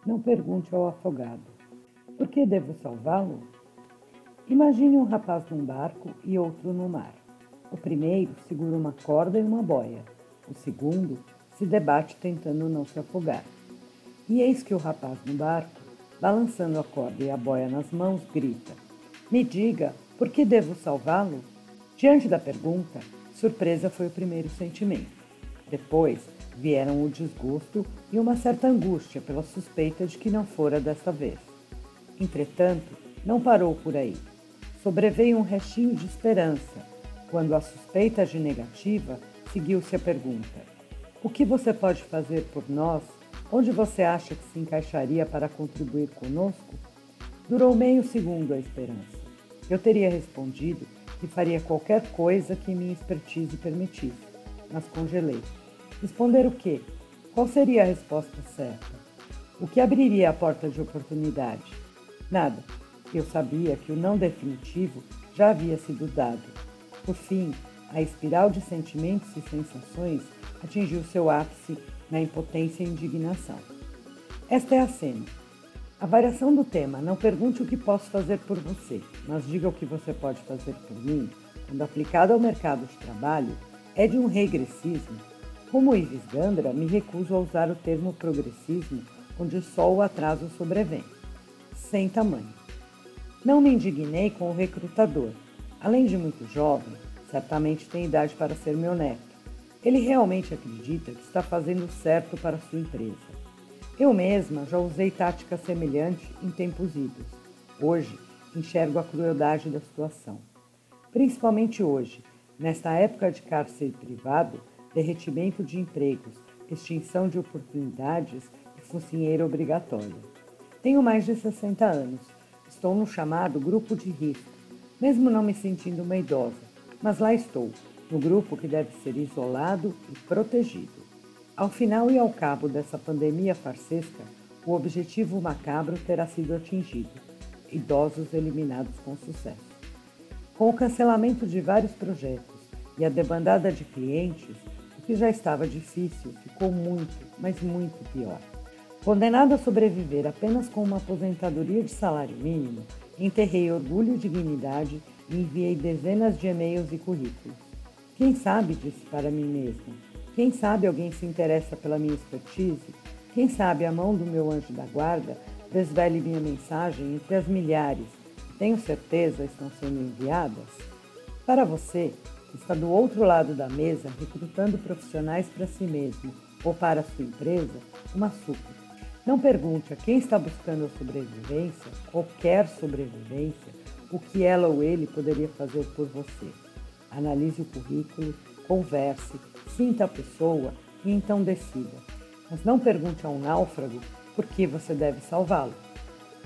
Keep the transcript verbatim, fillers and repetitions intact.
Não pergunte ao afogado: por que devo salvá-lo? Imagine um rapaz num barco e outro no mar. O primeiro segura uma corda e uma boia. O segundo se debate tentando não se afogar. E eis que o rapaz no barco, balançando a corda e a boia nas mãos, grita: me diga, por que devo salvá-lo? Diante da pergunta, surpresa foi o primeiro sentimento. Depois vieram o desgosto e uma certa angústia pela suspeita de que não fora desta vez. Entretanto, não parou por aí. Sobreveio um restinho de esperança, quando a suspeita de negativa seguiu-se a pergunta: o que você pode fazer por nós? Onde você acha que se encaixaria para contribuir conosco? Durou meio segundo a esperança. Eu teria respondido que faria qualquer coisa que minha expertise permitisse, mas congelei. Responder o quê? Qual seria a resposta certa? O que abriria a porta de oportunidade? Nada. Eu sabia que o não definitivo já havia sido dado. Por fim, a espiral de sentimentos e sensações atingiu seu ápice na impotência e indignação. Esta é a cena. A variação do tema "não pergunte o que posso fazer por você, mas diga o que você pode fazer por mim", quando aplicado ao mercado de trabalho, é de um regressismo. Como Ives Gandra, me recuso a usar o termo progressismo, onde só o atraso sobrevém. Sem tamanho. Não me indignei com o recrutador. Além de muito jovem, certamente tem idade para ser meu neto. Ele realmente acredita que está fazendo certo para sua empresa. Eu mesma já usei tática semelhante em tempos idos. Hoje, enxergo a crueldade da situação. Principalmente hoje, nesta época de cárcere privado, derretimento de empregos, extinção de oportunidades e focinheiro obrigatório. Tenho mais de sessenta anos. Estou no chamado grupo de risco, mesmo não me sentindo uma idosa, mas lá estou, no grupo que deve ser isolado e protegido. Ao final e ao cabo dessa pandemia farsesca, o objetivo macabro terá sido atingido: idosos eliminados com sucesso. Com o cancelamento de vários projetos e a debandada de clientes, o que já estava difícil ficou muito, mas muito pior. Condenado a sobreviver apenas com uma aposentadoria de salário mínimo, enterrei orgulho e dignidade e enviei dezenas de e-mails e currículos. Quem sabe, disse para mim mesma, quem sabe alguém se interessa pela minha expertise? Quem sabe a mão do meu anjo da guarda desvele minha mensagem entre as milhares, que tenho certeza estão sendo enviadas? Para você, que está do outro lado da mesa recrutando profissionais para si mesmo ou para a sua empresa, uma súplica. Não pergunte a quem está buscando a sobrevivência, qualquer sobrevivência, o que ela ou ele poderia fazer por você. Analise o currículo, converse, sinta a pessoa e então decida. Mas não pergunte a um náufrago por que você deve salvá-lo.